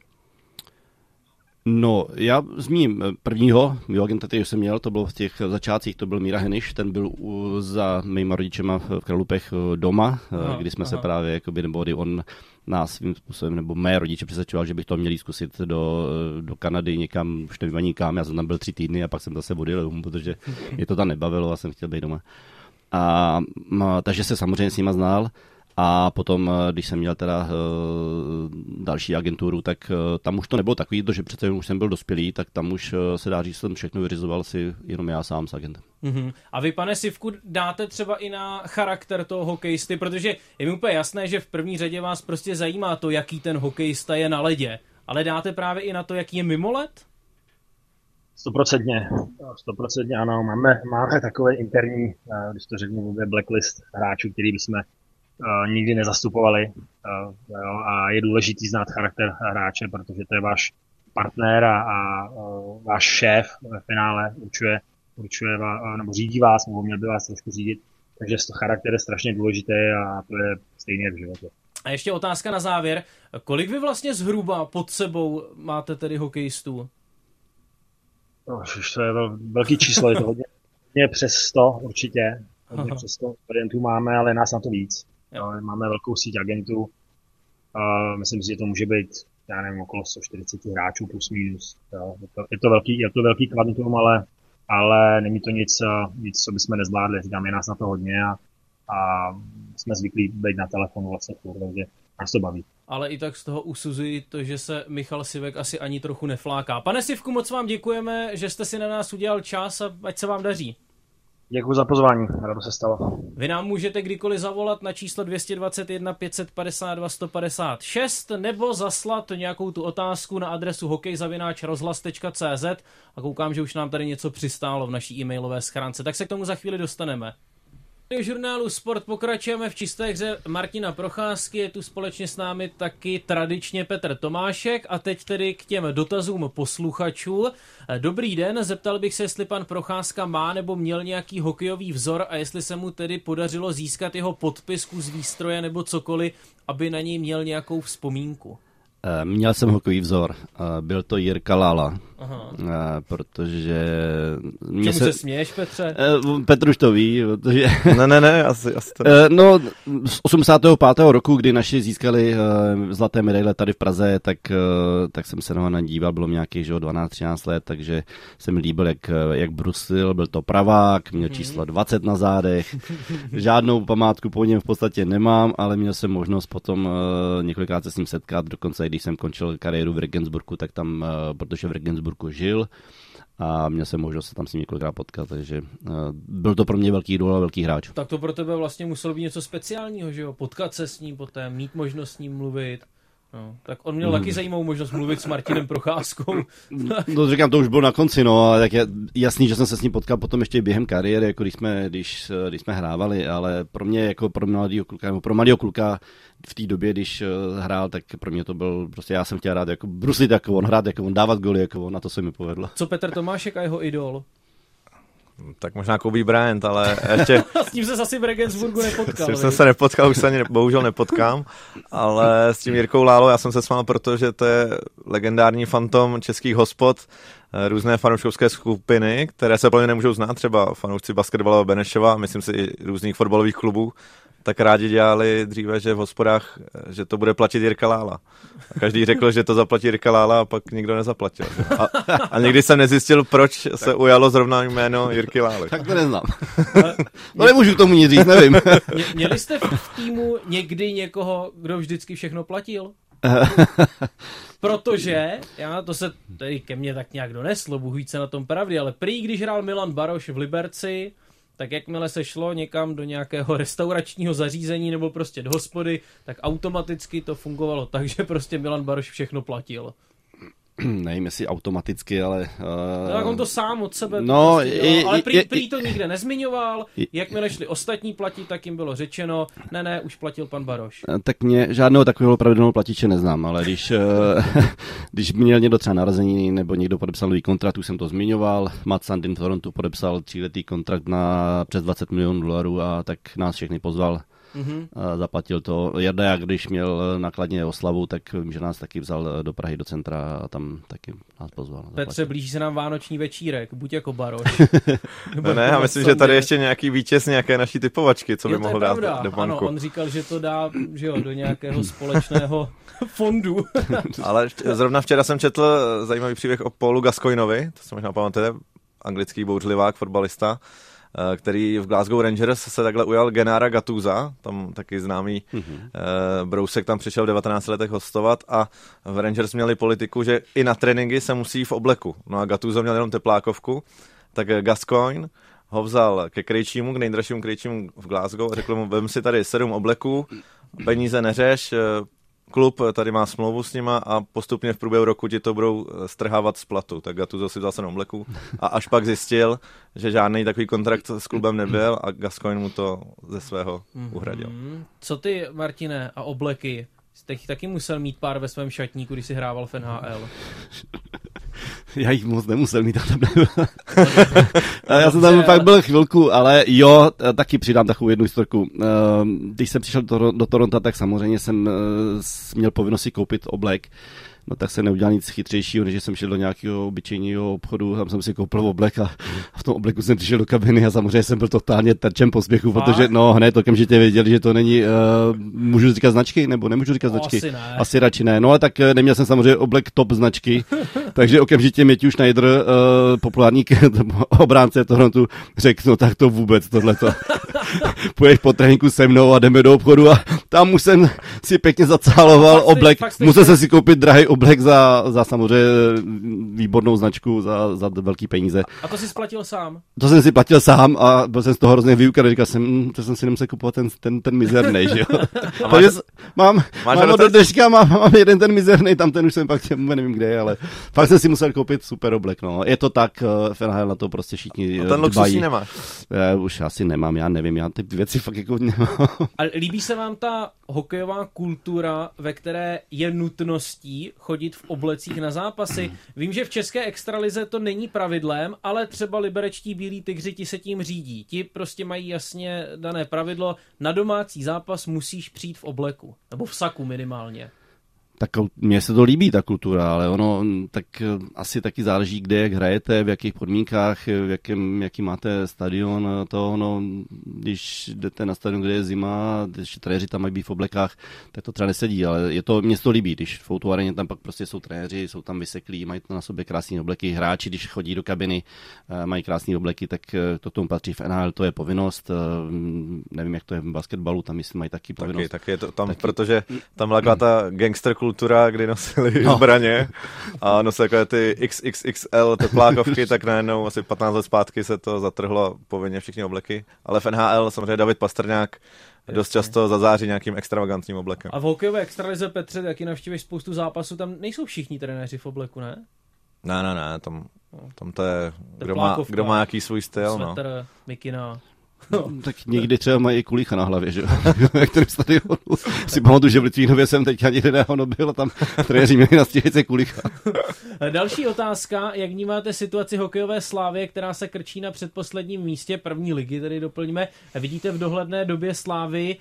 Speaker 2: No, já zmíním prvního, mýho agenta, který jsem měl, to bylo v těch začátcích, to byl Míra Heniš, ten byl u, za mýma rodičema v Kralupech doma, aha, kdy jsme aha. se právě, jakoby, nebo kdy on nás svým způsobem, nebo mé rodiče přesvědčoval, že bych to měl zkusit do, do Kanady někam, už nevím ani kam, já jsem tam byl tři týdny a pak jsem zase odjel, protože mě to tam nebavilo a jsem chtěl být doma. A, a takže se samozřejmě s nima znal. A potom, když jsem měl teda uh, další agenturu, tak uh, tam už to nebylo takový, že přece už jsem byl dospělý, tak tam už uh, se dá říct, že jsem všechno vyřizoval si jenom já sám s agentem.
Speaker 1: Mm-hmm. A vy, pane Sivku, dáte třeba i na charakter toho hokejisty, protože je mi úplně jasné, že v první řadě vás prostě zajímá to, jaký ten hokejista je na ledě, ale dáte právě i na to, jaký je mimo led?
Speaker 4: Stoprocentně, stoprocentně ano, máme, máme takové interní, když to řeknu, blacklist hráčů, který bychom Uh, nikdy nezastupovali uh, jo, a je důležitý znát charakter hráče, protože to je váš partner a, a uh, váš šéf ve finále určuje, určuje vás, nebo řídí vás, nebo měl by vás trošku řídit, takže to charakter je strašně důležitý a to je stejně v životě.
Speaker 1: A ještě otázka na závěr, kolik vy vlastně zhruba pod sebou máte tedy hokejistů?
Speaker 4: No, to je vel, velký číslo, je to hodně, hodně přes sto určitě, hodně přes sto klientů máme, ale nás na to víc. Jo, máme velkou síť agentů, uh, myslím si, že to může být, já nevím, okolo sto čtyřicet hráčů plus minus. Jo. Je, to, je, to velký, je to velký kvantum, ale, ale není to nic, nic, co bychom nezvládli. Říkám, je nás na to hodně a, a jsme zvyklí být na telefonu vlastně furt, takže nás to baví.
Speaker 1: Ale i tak z toho usuzuji to, že se Michal Sivek asi ani trochu nefláká. Pane Sivku, moc vám děkujeme, že jste si na nás udělal čas a ať se vám daří.
Speaker 4: Děkuji za pozvání, rádo se stalo.
Speaker 1: Vy nám můžete kdykoliv zavolat na číslo dvě stě dvacet jedna pět set padesát dva sto padesát šest nebo zaslat nějakou tu otázku na adresu hokej zavináč rozhlas tečka cé zet a koukám, že už nám tady něco přistálo v naší e-mailové schránce, tak se k tomu za chvíli dostaneme. V žurnálu Sport pokračujeme v čisté hře Martina Procházky, je tu společně s námi taky tradičně Petr Tomášek a teď tedy k těm dotazům posluchačů. Dobrý den, zeptal bych se, jestli pan Procházka má nebo měl nějaký hokejový vzor a jestli se mu tedy podařilo získat jeho podpis kus výstroje nebo cokoliv, aby na něj měl nějakou vzpomínku.
Speaker 2: Měl jsem hokejový vzor, byl to Jirka Lala,
Speaker 1: aha,
Speaker 2: protože...
Speaker 1: Čemu se... se směješ, Petře?
Speaker 2: Petr už to ví, protože...
Speaker 3: Ne, ne, ne, asi, asi to...
Speaker 2: No, z osmdesátého pátého roku, kdy naši získali zlaté medaile tady v Praze, tak, tak jsem se na něj díval, bylo nějakých dvanáct třináct let, takže se mi líbil, jak, jak brusil, byl to pravák, měl číslo dvacet na zádech, žádnou památku po něm v podstatě nemám, ale měl jsem možnost potom několikrát se s ním setkat, dokonce když jsem končil kariéru v Regensburgu, tak tam, protože v Regensburgu žil a měl jsem možnost se tam s ním několikrát potkat, takže byl to pro mě velký idol a velký hráč.
Speaker 1: Tak to pro tebe vlastně muselo být něco speciálního, že jo? Potkat se s ním poté, mít možnost s ním mluvit. No, tak on měl mm. taky zajímavou možnost mluvit s Martinem Procházkou.
Speaker 2: No říkám, to už bylo na konci, no, ale tak je jasný, že jsem se s ním potkal potom ještě během kariéry, jako když jsme, když, když jsme hrávali, ale pro mě jako pro mladýho kluka, nebo pro mladýho kluka v té době, když hrál, tak pro mě to byl, prostě já jsem chtěl hrát jako bruslit jako on, hrát jako on, dávat goly jako on, na to se mi povedlo.
Speaker 1: Co Petr Tomášek a jeho idol?
Speaker 3: Tak možná Kobe Bryant, ale ještě...
Speaker 1: S tím se asi v Regensburgu nepotkal.
Speaker 3: S tím jsem se nepotkal, už se ani bohužel nepotkám, ale s tím Jirkou Lálou já jsem se smál, protože to je legendární fantom českých hospod, různé fanouškovské skupiny, které se plně nemůžou znát, třeba fanoušci basketbalového Benešova, myslím si i různých fotbalových klubů, tak rádi dělali dříve, že v hospodách, že to bude platit Jirka Lála. A každý řekl, že to zaplatí Jirka Lála a pak nikdo nezaplatil. A, a někdy jsem nezjistil, proč se ujalo zrovna jméno Jirky Lály.
Speaker 2: Tak to neznám. No nemůžu k tomu nic říct, nevím.
Speaker 1: Mě, měli jste v týmu někdy někoho, kdo vždycky všechno platil? Protože, já to se tady ke mně tak nějak doneslo, Bůh ví, co na tom pravdy, ale prý, když hrál Milan Baroš v Liberci, tak jakmile se šlo někam do nějakého restauračního zařízení nebo prostě do hospody, tak automaticky to fungovalo tak, že prostě Milan Baroš všechno platil.
Speaker 2: Nevím, jestli automaticky, ale... Uh...
Speaker 1: No, tak on to sám od sebe...
Speaker 2: No,
Speaker 1: prostě,
Speaker 2: i,
Speaker 1: jo, ale prý,
Speaker 2: i,
Speaker 1: prý to nikde nezmiňoval,
Speaker 2: i,
Speaker 1: jakmile šli ostatní platit, tak jim bylo řečeno, ne, ne, už platil pan Baroš.
Speaker 2: Tak mě žádného takového pravidelného platiče neznám, ale když, když měl někdo třeba narozeniny nebo někdo podepsal nový kontrakt, už jsem to zmiňoval, Matt Sandin v Torontu podepsal tříletý kontrakt na přes dvacet milionů dolarů a tak nás všechny pozval. Mm-hmm. Zaplatil to. Jarda, jak když měl nakladně oslavu, tak vím, že nás taky vzal do Prahy do centra a tam taky nás pozval. Zaplatil.
Speaker 1: Petře, blíží se nám vánoční večírek, buď jako Baroš.
Speaker 3: No ne, já myslím, že tady ještě nějaký vítěz nějaké naší typovačky, co by jo, mohl dát do banku.
Speaker 1: Ano, on říkal, že to dá že jo, do nějakého společného fondu.
Speaker 3: Ale zrovna včera jsem četl zajímavý příběh o Paulu Gascoignovi, to se možná pamatujete, anglický bouřlivák, fotbalista, který v Glasgow Rangers se takhle ujal Gennara Gattusa, tam taky známý mm-hmm. uh, brousek tam přišel v devatenácti letech hostovat a v Rangers měli politiku, že i na tréninky se musí v obleku. No a Gattuso měl jenom teplákovku, tak Gascoigne ho vzal ke krejčímu, k nejdražšímu krejčímu v Glasgow a řekl mu, vem si tady sedm obleků, peníze neřeš, klub tady má smlouvu s nima a postupně v průběhu roku ti to budou strhávat z platu. Tak Gattuso si vzal sedm obleků a až pak zjistil, že žádný takový kontrakt s klubem nebyl a Gascoigne mu to ze svého uhradil. Mm-hmm.
Speaker 1: Co ty, Martine, a obleky? Jste taky musel mít pár ve svém šatníku, když jsi hrával v N H L.
Speaker 2: Já jich moc nemusel mít, tam nebyl. Já jsem tam fakt byl chvilku, ale jo, taky přidám takovou jednu historku. Když jsem přišel do, do Toronto, tak samozřejmě jsem měl povinnost si koupit oblek. No tak se neudělal nic chytřejšího, než jsem šel do nějakého obyčejného obchodu, tam jsem si koupil oblek a v tom obleku jsem přišel do kabiny a samozřejmě jsem byl totálně terčem pospěchu, protože no hned okamžitě věděli, že to není, uh, můžu říkat značky, nebo nemůžu říkat značky?
Speaker 1: Asi ne.
Speaker 2: Asi radši ne, no ale tak neměl jsem samozřejmě oblek top značky, takže okamžitě Matthew Schneider, uh, populární obránce Torontu, řekl, no tak to vůbec tohleto. Půjdeš po tréninku se mnou a jdeme do obchodu a tam už jsem si pěkně zacáloval oblek, musel jsem si koupit drahý oblek za, za samozřejmě výbornou značku, za, za velký peníze.
Speaker 1: A to jsi splatil sám?
Speaker 2: To jsem si platil sám a byl jsem z toho hrozně vyukaný, říkal jsem, to jsem si nemusel kupovat ten, ten, ten mizernej, že jo.
Speaker 3: Máš,
Speaker 2: mám, mám do dneška, mám, mám jeden ten mizernej, tam ten už jsem pak nevím kde, ale fakt jsem si musel koupit super oblek, no. Je to tak, v N H L na to prostě všichni
Speaker 3: no, ten luxusní nemáš?
Speaker 2: Já už asi nemám, já nevím, já ty věci fakt jako nemám.
Speaker 1: A líbí se vám ta hokejová kultura, ve které je nutností chodit v oblecích na zápasy? Vím, že v české extralize to není pravidlem, ale třeba liberečtí bílí tygři ti se tím řídí. Ti prostě mají jasně dané pravidlo, na domácí zápas musíš přijít v obleku, nebo v saku minimálně.
Speaker 2: Tak mně se to líbí, ta kultura, ale ono tak asi taky záleží, kde, jak hrajete, v jakých podmínkách, v jakém, jaký máte stadion, to ono, když jdete na stadion, kde je zima, když trenéři tam mají být v oblekách, tak to třeba nesedí, ale je to, mně se to líbí, když v Outu areně tam pak prostě jsou trenéři, jsou tam vyseklí, mají na sobě krásné obleky, hráči, když chodí do kabiny, mají krásné obleky, tak to tomu patří v N H L, to je povinnost, nevím, jak to je v basketbalu, tam myslím, mají taky povinnost.
Speaker 3: Taky, taky je to tam, taky. Protože tam taková ta gangster kultura kultura, kdy nosili
Speaker 2: no.
Speaker 3: zbraně a nosili takové ty X X X L teplákovky, tak najednou asi patnáct let zpátky se to zatrhlo povinně všichni obleky. Ale v N H L samozřejmě David Pastrňák dost často zazáří nějakým extravagantním oblekem.
Speaker 1: A v hokejové extralize, Petře, taky navštívíš spoustu zápasů, tam nejsou všichni trenéři v obleku, ne?
Speaker 3: Ne, ne, ne, tam, tam to je, kdo má, kdo má jaký svůj styl.
Speaker 1: Svetr, no. mikina.
Speaker 2: No. Tak někdy třeba mají i kulícha na hlavě, že jo? Jak kterým stadionu. Si pamatuju, že v Litvínově jsem teďka někde nehono byl a tam trenéři měli na stěžce kulícha.
Speaker 1: Další otázka, jak vnímáte situaci hokejové Slávie, která se krčí na předposledním místě první ligy, tedy doplňme. Vidíte v dohledné době Slávy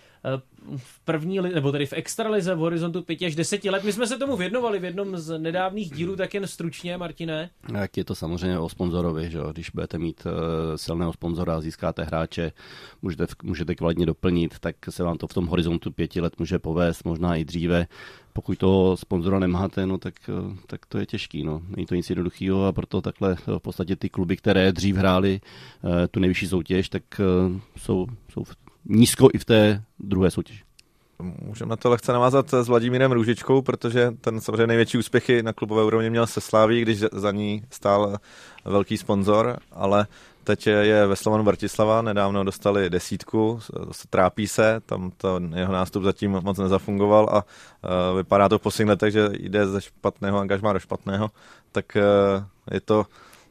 Speaker 1: v první, nebo tedy v extralize v horizontu pěti až deseti let. My jsme se tomu věnovali v jednom z nedávných dílů, tak jen stručně, Martine.
Speaker 2: Jak je to samozřejmě o sponzorovi, že jo? Když budete mít uh, silného sponzora, získáte hráče, můžete, můžete kvalitně doplnit, tak se vám to v tom horizontu pěti let může povést, možná i dříve. Pokud toho sponzora nemáte, no tak, tak to je těžký, no. Není to nic jednoduchého a proto takhle v podstatě ty kluby, které dřív hrály uh, tu nejvyšší soutěž, tak uh, jsou, jsou nízko i v té druhé soutěži.
Speaker 3: Můžeme na to lehce navázat s Vladimírem Růžičkou, protože ten samozřejmě největší úspěchy na klubové úrovni měl se Slaví, když za ní stál velký sponzor, ale teď je ve Slovanu Bratislava, nedávno dostali desítku, trápí se, tam to jeho nástup zatím moc nezafungoval a uh, vypadá to v posledních letech, že jde ze špatného angažmá do špatného, tak uh, je to.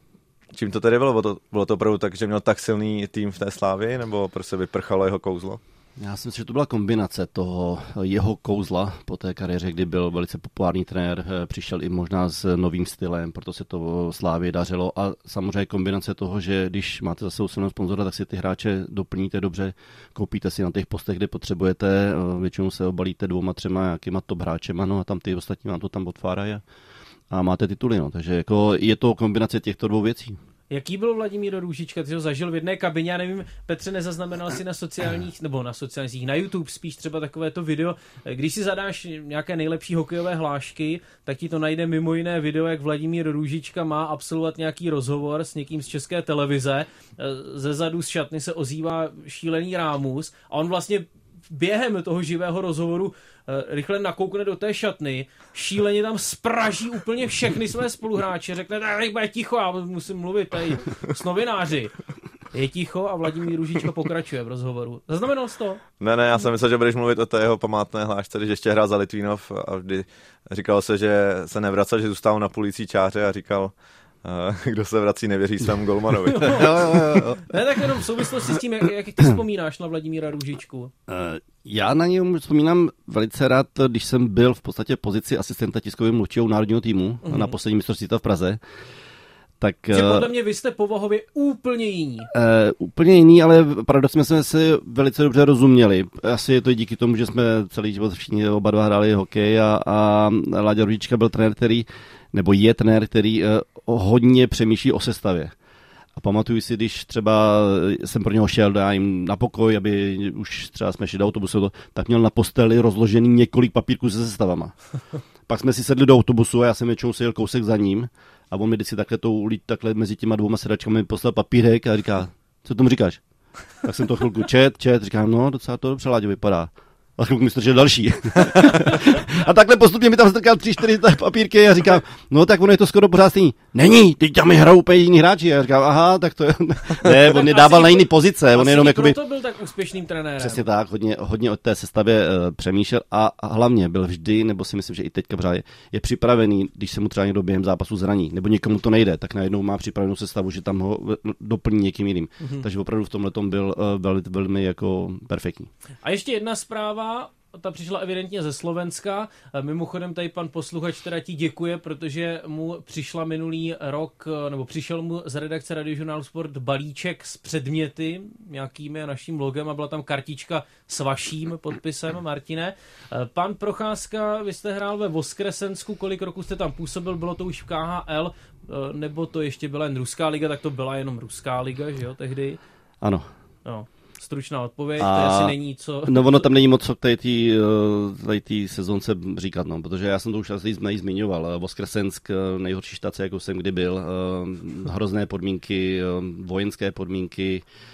Speaker 3: Čím to tedy bylo? Bylo to, bylo to opravdu tak, že měl tak silný tým v té Slávii, nebo prostě vyprchalo jeho kouzlo?
Speaker 2: Já si myslím, že to byla kombinace toho jeho kouzla po té kariéře, kdy byl velice populární trenér, přišel i možná s novým stylem, proto se to Slávii dařilo a samozřejmě kombinace toho, že když máte za sebou silného sponzora, tak si ty hráče doplníte dobře, koupíte si na těch postech, kde potřebujete, většinou se obalíte dvouma, třema nějakýma top hráčema, no a tam ty ostatní vám to tam otvárají a máte tituly, no. Takže jako je to kombinace těchto dvou věcí.
Speaker 1: Jaký byl Vladimír Růžička? Ty ho zažil v jedné kabině, já nevím, Petře, nezaznamenal si na sociálních, nebo na sociálních, na YouTube spíš třeba takovéto video, když si zadáš nějaké nejlepší hokejové hlášky, tak ti to najde mimo jiné video, jak Vladimír Růžička má absolvovat nějaký rozhovor s někým z České televize, ze zadu z šatny se ozývá šílený rámus a on vlastně během toho živého rozhovoru rychle nakoukne do té šatny, šíleně tam spraží úplně všechny své spoluhráče, řekne, tak bude ticho, já musím mluvit tady s novináři. Je ticho a Vladimír Růžička pokračuje v rozhovoru. Zaznamenal jsi to?
Speaker 3: Ne, ne, já jsem myslel, že budeš mluvit o té jeho památné hlášce, když ještě hrál za Litvínov a vždy říkalo se, že se nevracel, že zůstal na půlící čáře a říkal, Uh, kdo se vrací, nevěří svému golmanovi.
Speaker 1: jo, jo, jo. Ne, tak jenom v souvislosti s tím, jak, jak ty vzpomínáš na Vladimíra Růžičku? Uh,
Speaker 2: já na něj vzpomínám velice rád, když jsem byl v podstatě pozici asistenta tiskovým mluvčího národního týmu uh-huh. na poslední mistrovství světa v Praze. Tak,
Speaker 1: že podle mě vy jste povahově úplně jiní. Uh,
Speaker 2: úplně jiný, ale paradoxně jsme si velice dobře rozuměli. Asi je to díky tomu, že jsme celý život všichni oba dva hráli hokej a, a Láďa Růžička byl trenér, který nebo je trenér, který uh, hodně přemýšlí o sestavě. A pamatuju si, když třeba jsem pro něho šel dá jim na pokoj, aby už třeba jsme šli do autobusu, tak měl na posteli rozložený několik papírků se sestavama. Pak jsme si sedli do autobusu a já jsem většinou seděl kousek za ním a on mi vždycky takhle, tou, takhle mezi těma dvouma sedačkami poslal papírek a říká, co tomu říkáš? Tak jsem to chvilku čet, čet, říkám, no docela to dobře, Láďo, vypadá. A chvilku mi strčil další. A takhle postupně mi tam strkal tři, čtyři papírky a říkám, no tak ono je to skoro pořád stejný. Není, teď tam hrajou úplně jiný hráči. A já říkám, aha, tak to je... Ne, on je dával na jiný pozice. On jenom jakoby...
Speaker 1: proto byl tak úspěšným trenérem.
Speaker 2: Přesně tak, hodně, hodně o té sestavě uh, přemýšlel a, a hlavně byl vždy, nebo si myslím, že i teďka právě je připravený, když se mu třeba někdo během zápasu zraní, nebo někomu to nejde, tak najednou má připravenou sestavu, že tam ho doplní někým jiným. Mm-hmm. Takže opravdu v tomhletom byl uh, velmi, velmi jako perfektní.
Speaker 1: A ještě jedna zpráva, ta přišla evidentně ze Slovenska. Mimochodem tady pan posluchač teda ti děkuje, protože mu přišla minulý rok, nebo přišel mu z redakce Radiožurnálu Sport balíček s předměty, nějakými naším logem a byla tam kartička s vaším podpisem, Martine. Pan Procházka, vy jste hrál ve Voskresensku, kolik roku jste tam působil, bylo to už v K H L, nebo to ještě byla jen ruská liga, tak to byla jenom ruská liga, že jo, tehdy?
Speaker 2: Ano.
Speaker 1: No. Stručná odpověď,
Speaker 2: a...
Speaker 1: to asi není co...
Speaker 2: No ono tam není moc co k tady té sezónce říkat, no, protože já jsem to už asi zmiňoval. Voskresensk, nejhorší štace, jako jsem kdy byl, hrozné podmínky, vojenské podmínky,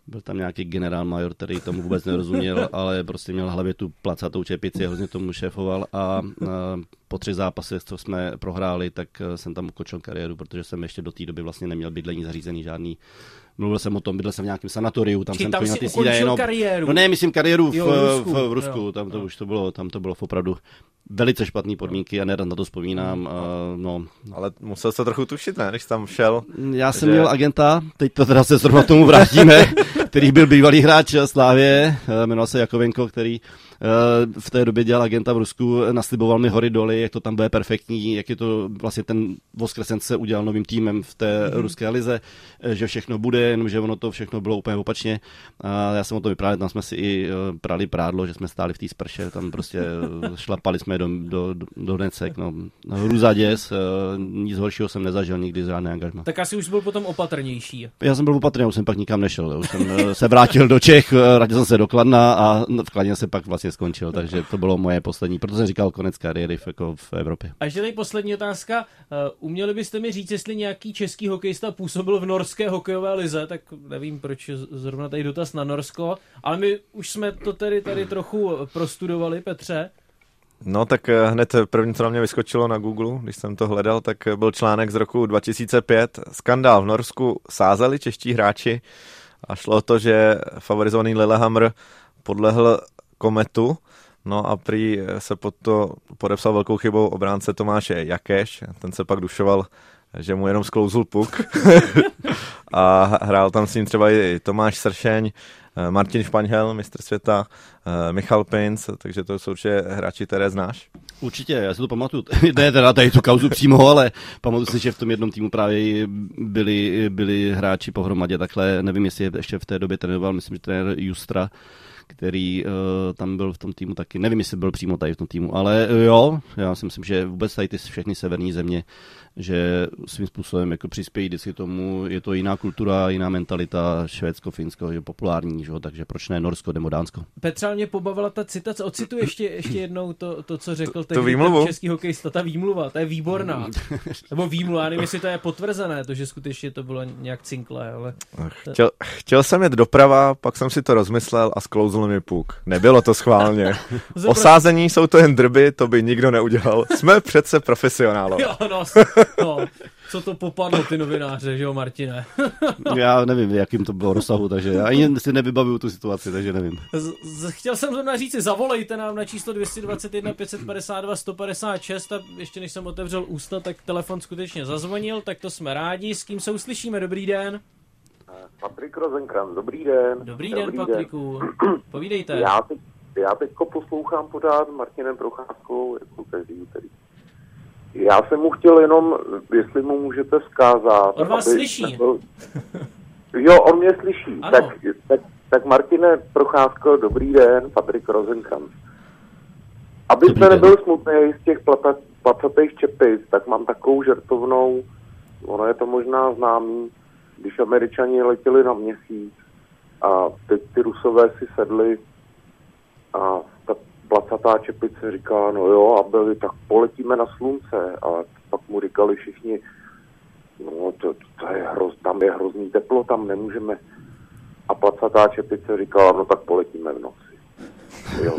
Speaker 2: Byl tam nějaký generál major, který tomu vůbec nerozuměl, ale prostě měl v hlavě tu placatou čepici a hrozně tomu šéfoval a, a po třech zápasech, co jsme prohráli, tak jsem tam ukončil kariéru, protože jsem ještě do té doby vlastně neměl bydlení zařízený žádný. Mluvil jsem o tom, bydlel jsem v nějakém sanatoriu, tam
Speaker 1: Či
Speaker 2: jsem
Speaker 1: tam
Speaker 2: na ty
Speaker 1: sídle jenom... kariéru.
Speaker 2: No ne, myslím kariéru v,
Speaker 1: jo, v Rusku,
Speaker 2: v, v Rusku.
Speaker 1: Jo.
Speaker 2: tam to jo. už to bylo, tam to bylo opravdu velice špatné podmínky a nerad na to vzpomínám. Uh, no.
Speaker 3: Ale musel se trochu tušit, ne, když tam šel.
Speaker 2: Já jsem
Speaker 3: že...
Speaker 2: měl agenta, teď to teda se zrovna tomu vrátíme, který byl bývalý hráč Slávie, jmenoval se Jakovenko, který v té době dělal agenta v Rusku, nasliboval mi hory doly, jak to tam bude perfektní, jak je to vlastně ten Voskresense udělal novým týmem v té mm. ruské lize, že všechno bude, jenomže ono to všechno bylo úplně opačně. A já jsem o to vyprávěl, tam jsme si i prali prádlo, že jsme stáli v té sprše, tam prostě šlapali jsme do, do, do necek. No. Hruza děs, nic horšího jsem nezažil nikdy z žádné angažma.
Speaker 1: Tak asi už byl potom opatrnější.
Speaker 2: Já jsem byl opatrný, už jsem pak nikam nešel. Už jsem se vrátil do Čech, vrátil jsem se do Kladna a v Kladně se pak vlastně skončil, takže to bylo moje poslední, protože jsem říkal konec kariéry v, jako v Evropě.
Speaker 1: A ještě tady poslední otázka. Uměli byste mi říct, jestli nějaký český hokejista působil v norské hokejové lize, tak nevím, proč zrovna tady dotaz na Norsko, ale my už jsme to tady, tady trochu prostudovali, Petře.
Speaker 3: No tak hned první, co na mě vyskočilo na Google, když jsem to hledal, tak byl článek z roku dva tisíce pět. Skandál v Norsku, sázeli čeští hráči a šlo o to, že favorizovaný Lillehammer podlehl Kometu, no a prý se pod to podepsal velkou chybou obránce Tomáše Jakeš, ten se pak dušoval, že mu jenom sklouzl puk a hrál tam s ním třeba i Tomáš Sršeň, Martin Španěl, mistr světa, Michal Pinc, takže to jsou určitě hráči, které znáš.
Speaker 2: Určitě, já si to pamatuju. Ne teda tady tu kauzu přímo, ale pamatuju si, že v tom jednom týmu právě byli, byli hráči pohromadě, takhle nevím, jestli ještě v té době trénoval, myslím, že trenér Justra, který uh, tam byl v tom týmu taky. Nevím, jestli byl přímo tady v tom týmu, ale uh, jo, já si myslím, že vůbec tady ty všechny severní země, že svým způsobem jako přispějí vždycky tomu, je to jiná kultura, jiná mentalita, Švédsko, Finsko je populární, že? Takže proč ne Norsko nebo Dánsko.
Speaker 1: Petře, mě pobavila ta citace, ocituji ještě, ještě jednou to, to co řekl
Speaker 3: to, to ten
Speaker 1: český hokejista, ta výmluva, ta je výborná. Nebo výmluva, já nevím, jestli to je potvrzené, to, že skutečně to bylo nějak cinklé, ale...
Speaker 3: Chtěl, chtěl jsem jet doprava, pak jsem si to rozmyslel a sklouzl mi puk. Nebylo to schválně. Osázení jsou to jen drby, to by nikdo neudělal. Jsme přece profesionálové.
Speaker 1: Jo, no, no, co to popadlo ty novináře, že jo, Martine?
Speaker 2: Já nevím, jakým to bylo rozsahu, takže já ani si nevybavuju tu situaci, takže nevím.
Speaker 1: Z, z, chtěl jsem to říci, zavolejte nám na číslo dvě stě dvacet jedna pět set padesát dva sto padesát šest a ještě než jsem otevřel ústa, tak telefon skutečně zazvonil, tak to jsme rádi. S kým se uslyšíme? Dobrý den.
Speaker 5: Patrik Rozenkranz, dobrý den.
Speaker 1: Dobrý den, dobrý Patriku. Den. Povídejte.
Speaker 5: Já, teď, já teďko poslouchám pořád Martinem Procházkou, jako každý úterý. Já jsem mu chtěl jenom, jestli mu můžete vzkázat.
Speaker 1: On vás slyší.
Speaker 5: Nebyl... Jo, on mě slyší. Tak, tak, tak Martine Procházko, dobrý den, Patrik Rozenkranz. Abyste nebyl smutný z těch plata, placatých čepic, tak mám takovou žertovnou, ono je to možná známý, když Američani letěli na Měsíc a teď ty Rusové si sedli a ta placatá čepice říká, no jo, a byli, tak poletíme na slunce. A pak mu říkali všichni, no to, to je hroz, tam je hrozný teplo, tam nemůžeme. A placatá čepice říkala, no tak poletíme v noci. Jo,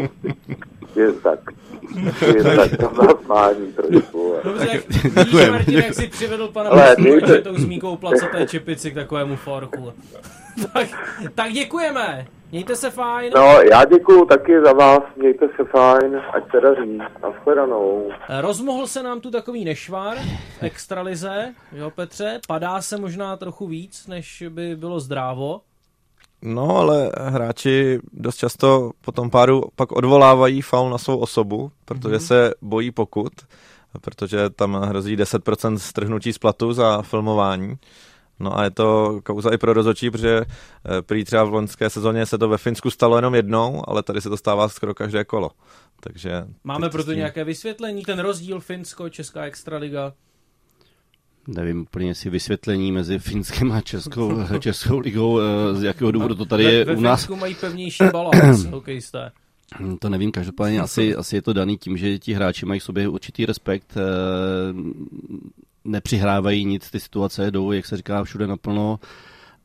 Speaker 5: je tak. Je tak to zasmání trošku.
Speaker 1: Dobře, jak vidíš, Martin, jak si přivedl pana Martina tou zmínkou placaté čepici k takovému forku. tak, tak děkujeme. Mějte se fajn.
Speaker 5: No, já děkuju taky za vás, mějte se fajn, ať se daří, nashledanou.
Speaker 1: Rozmohl se nám tu takový nešvar v extralize, jo Petře, padá se možná trochu víc, než by bylo zdrávo.
Speaker 3: No, ale hráči dost často po tom pádu pak odvolávají faul na svou osobu, protože mm-hmm. se bojí pokut, protože tam hrozí deset procent strhnutí z platu za filmování. No a je to kauza i pro rozhodčí, protože prý třeba v loňské sezóně se to ve Finsku stalo jenom jednou, ale tady se to stává skoro každé kolo. Takže
Speaker 1: máme proto tím... nějaké vysvětlení, ten rozdíl Finsko, Česká extraliga?
Speaker 2: Nevím úplně si vysvětlení mezi Finskem a Českou, Českou ligou, z jakého důvodu to tady je
Speaker 1: ve,
Speaker 2: u nás.
Speaker 1: Ve Finsku mají pevnější balans, hokejisté.
Speaker 2: To nevím, každopádně asi, asi je to daný tím, že ti hráči mají v sobě určitý respekt, nepřihrávají nic, ty situace jdou, jak se říká, všude naplno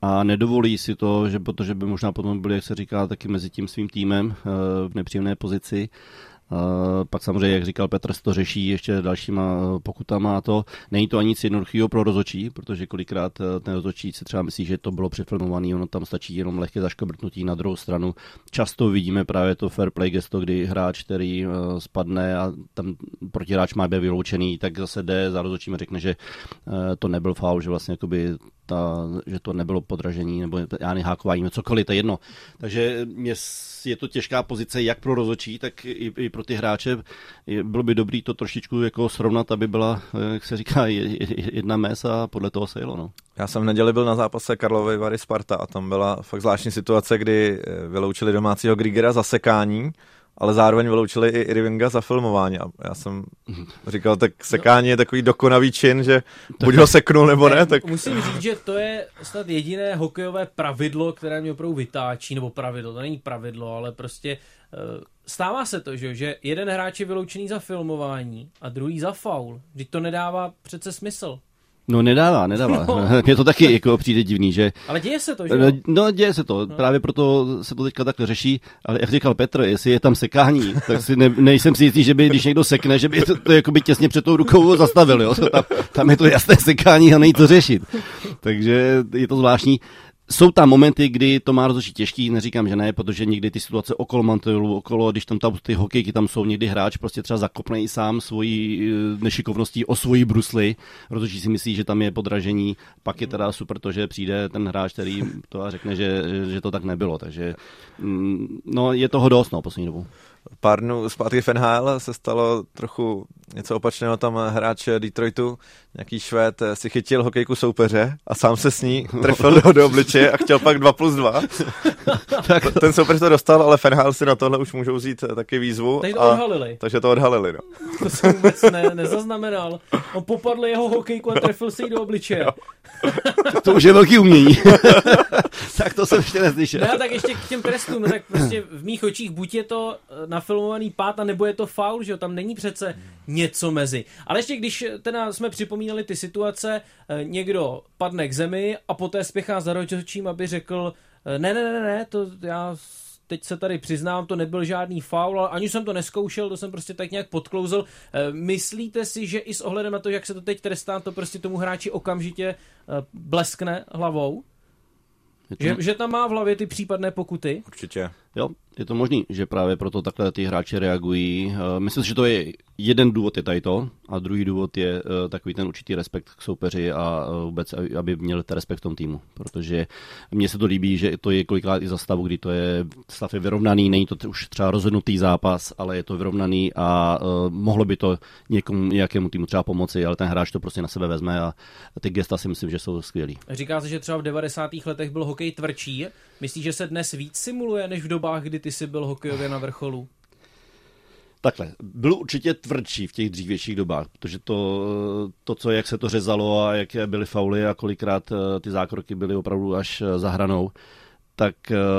Speaker 2: a nedovolí si to, že protože by možná potom byli, jak se říká, taky mezi tím svým týmem v nepříjemné pozici. Uh, pak samozřejmě, jak říkal Petr, to řeší ještě dalšíma pokutama a to. Není to ani nic jednoduchého pro rozhodčí, protože kolikrát ten rozhodčí si třeba myslí, že to bylo přefilmované, ono tam stačí jenom lehké zaškobrtnutí na druhou stranu. Často vidíme právě to fair play gesto, kdy hráč, který uh, spadne a tam protihráč má být vyloučený, tak zase jde za rozhodčím a řekne, že uh, to nebyl faul, že vlastně jakoby ta, že to nebylo podražení nebo já nehákování, cokoliv, to je jedno. Takže mě je to těžká pozice jak pro rozhodčí, tak i, i pro ty hráče. Bylo by dobrý to trošičku jako srovnat, aby byla, jak se říká, jedna mez a podle toho se jelo. No.
Speaker 3: Já jsem v neděli byl na zápase Karlovy Vary Sparta a tam byla fakt zvláštní situace, kdy vyloučili domácího Griegera za sekání, ale zároveň vyloučili i Irvinga za filmování. A já jsem říkal, tak sekání je takový dokonavý čin, že buď ho seknul, nebo ne. Tak...
Speaker 1: Musím říct, že to je snad jediné hokejové pravidlo, které mě opravdu vytáčí, nebo pravidlo, to není pravidlo, ale prostě stává se to, že, že jeden hráč je vyloučený za filmování a druhý za faul. Vždyť to nedává přece smysl.
Speaker 2: No nedává, nedává. No. Mně to taky jako přijde divný, že...
Speaker 1: Ale děje se to, že
Speaker 2: no? No děje se to, no. Právě proto se to teďka takhle řeší, ale jak říkal Petr, jestli je tam sekání, tak si ne, nejsem si jistý, že by, když někdo sekne, že by to, to jakoby těsně před tou rukou zastavil, jo? Tam, tam je to jasné sekání a nejde to řešit. Takže je to zvláštní. Jsou tam momenty, kdy to má rozhodčí těžký, neříkám, že ne, protože někdy ty situace okolo mantinelu, okolo, když tam, tam ty hokejky tam jsou, někdy hráč prostě třeba zakopne i sám svojí nešikovností o svoji brusli, rozhodčí si myslí, že tam je podražení, pak je teda super to, že přijde ten hráč, který to a řekne, že, že to tak nebylo, takže no, je toho dost, no, poslední dobu.
Speaker 3: Pár dnů zpátky v N H L se stalo trochu něco opačného, tam hráč Detroitu, nějaký Švéd, si chytil hokejku soupeře a sám se s ní trefil do, do obličeje a chtěl pak dva plus dva. Tak ten soupeř to dostal, ale v N H L si na tohle už můžou vzít taky výzvu.
Speaker 1: Takže to
Speaker 3: a,
Speaker 1: odhalili.
Speaker 3: Takže to odhalili, no.
Speaker 1: To jsem vůbec ne, nezaznamenal. On popadl jeho hokejku a trefil si jí do obličeje.
Speaker 2: To už je velký umění. Tak to jsem ještě neslyšel.
Speaker 1: No, tak ještě k těm trestům, no, tak prostě v mých očích buď je to nafilmovaný pád, a nebo je to faul, že jo, tam není přece něco mezi. Ale ještě když teda jsme připomínali ty situace, někdo padne k zemi a poté spěchá za rozhodčím, aby řekl, ne, ne, ne, ne, to já teď se tady přiznám, to nebyl žádný faul, ale ani jsem to neskoušel, to jsem prostě tak nějak podklouzl. Myslíte si, že i s ohledem na to, jak se to teď trestá, to prostě tomu hráči okamžitě bleskne hlavou? To... Že, že tam má v hlavě ty případné pokuty?
Speaker 3: Určitě.
Speaker 2: Jo, je to možný, že právě proto takhle ty hráči reagují. Myslím si, že to je jeden důvod je tady to a druhý důvod je takový ten určitý respekt k soupeři a vůbec, aby měli ten respekt v tom týmu. Protože mně se to líbí, že to je kolikrát i za stavu, kdy to je, stav je vyrovnaný, není to už třeba rozhodnutý zápas, ale je to vyrovnaný a uh, mohlo by to někomu, nějakému týmu třeba pomoci, ale ten hráč to prostě na sebe vezme a ty gesta si myslím, že jsou skvělý.
Speaker 1: Říká se, že třeba v devadesátých letech byl hokej tvrdší. Myslíš, že se dnes víc simuluje, než v dobách, kdy ty jsi byl hokejově na vrcholu?
Speaker 2: Takhle, byl určitě tvrdší v těch dřívějších dobách, protože to, to, co, jak se to řezalo a jaké byly fauly a kolikrát ty zákroky byly opravdu až za hranou, tak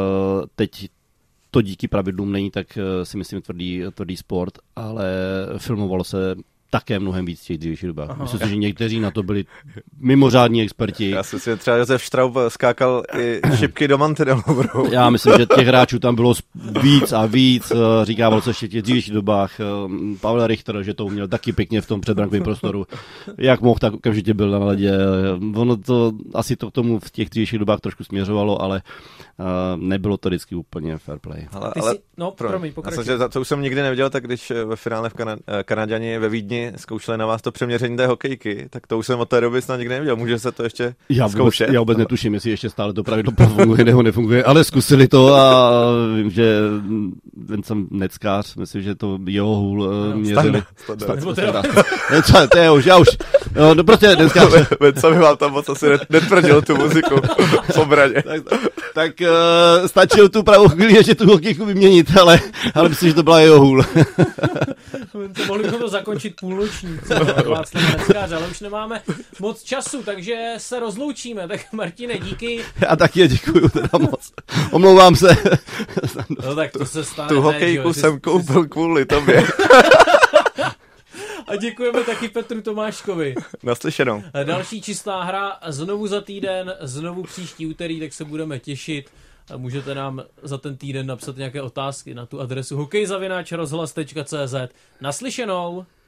Speaker 2: teď to díky pravidlům není tak, si myslím, tvrdý, tvrdý sport, ale filmovalo se také mnohem víc v těch dřívějších dobách. Aha. Myslím si, že někteří na to byli mimořádní experti.
Speaker 3: Já si myslím, třeba Josef Straub skákal i šipky do mantinelu.
Speaker 2: Já myslím, že těch hráčů tam bylo víc a víc. Říkával se ještě v těch dřívějších dobách. Pavel Richter, že to uměl taky pěkně v tom předbrankovém prostoru. Jak mohl, tak okamžitě byl na ledě. Ono to asi to k tomu v těch dřívějších dobách trošku směřovalo, ale nebylo to vždycky úplně fair play.
Speaker 3: Ale, ale
Speaker 1: jsi... no, promiň, pokračuj.
Speaker 3: Já to už jsem nikdy neviděl, tak když ve finále v Kana- Kanaďani ve Vídni zkoušeli na vás to přeměření té hokejky, tak to už jsem od té doby snad nikdy neviděl. Může se to ještě
Speaker 2: já
Speaker 3: zkoušet?
Speaker 2: Vůbec, já vůbec netuším, jestli ještě stále to pravidlo funguje nebo nefunguje, ale zkusili to a vím, že ten jsem neckář, myslím, že to jeho hůl no, měřili. To je už, já už, no, no prostě neckář.
Speaker 3: Co by vám tam moc asi netvrdil tu muziku v obraně.
Speaker 2: Tak, tak uh, stačilo tu pravou chvíli ještě tu hokejku vyměnit, ale, ale myslím, že to byla jeho hůl.
Speaker 1: Mohli bychom to zakončit půlnoční, ale už nemáme moc času, takže se rozloučíme. Tak Martine, díky.
Speaker 2: Já taky děkuju teda moc. Omlouvám se.
Speaker 1: No tak to se stane.
Speaker 3: Tu hokejku
Speaker 1: ne,
Speaker 3: jsem koupil kvůli tobě.
Speaker 1: A A děkujeme taky Petru Tomáškovi.
Speaker 3: Naslyšenou.
Speaker 1: Další čistá hra znovu za týden, znovu příští úterý, tak se budeme těšit. Můžete nám za ten týden napsat nějaké otázky na tu adresu hokej zavináč rozhlas tečka cé zet. Naslyšenou.